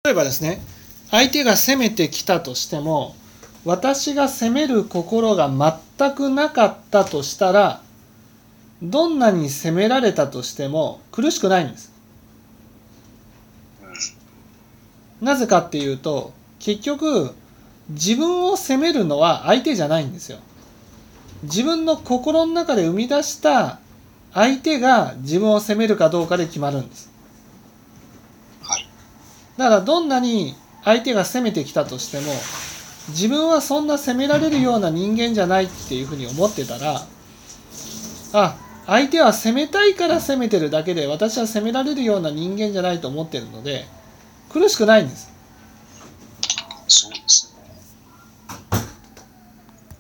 例えばですね、相手が攻めてきたとしても、私が攻める心が全くなかったとしたら、どんなに攻められたとしても苦しくないんです。なぜかっていうと、結局自分を責めるのは相手じゃないんですよ。自分の心の中で生み出した相手が自分を責めるかどうかで決まるんです。だからどんなに相手が攻めてきたとしても、自分はそんな責められるような人間じゃないっていうふうに思ってたら、相手は攻めたいから攻めてるだけで、私は責められるような人間じゃないと思ってるので苦しくないんです。 そうです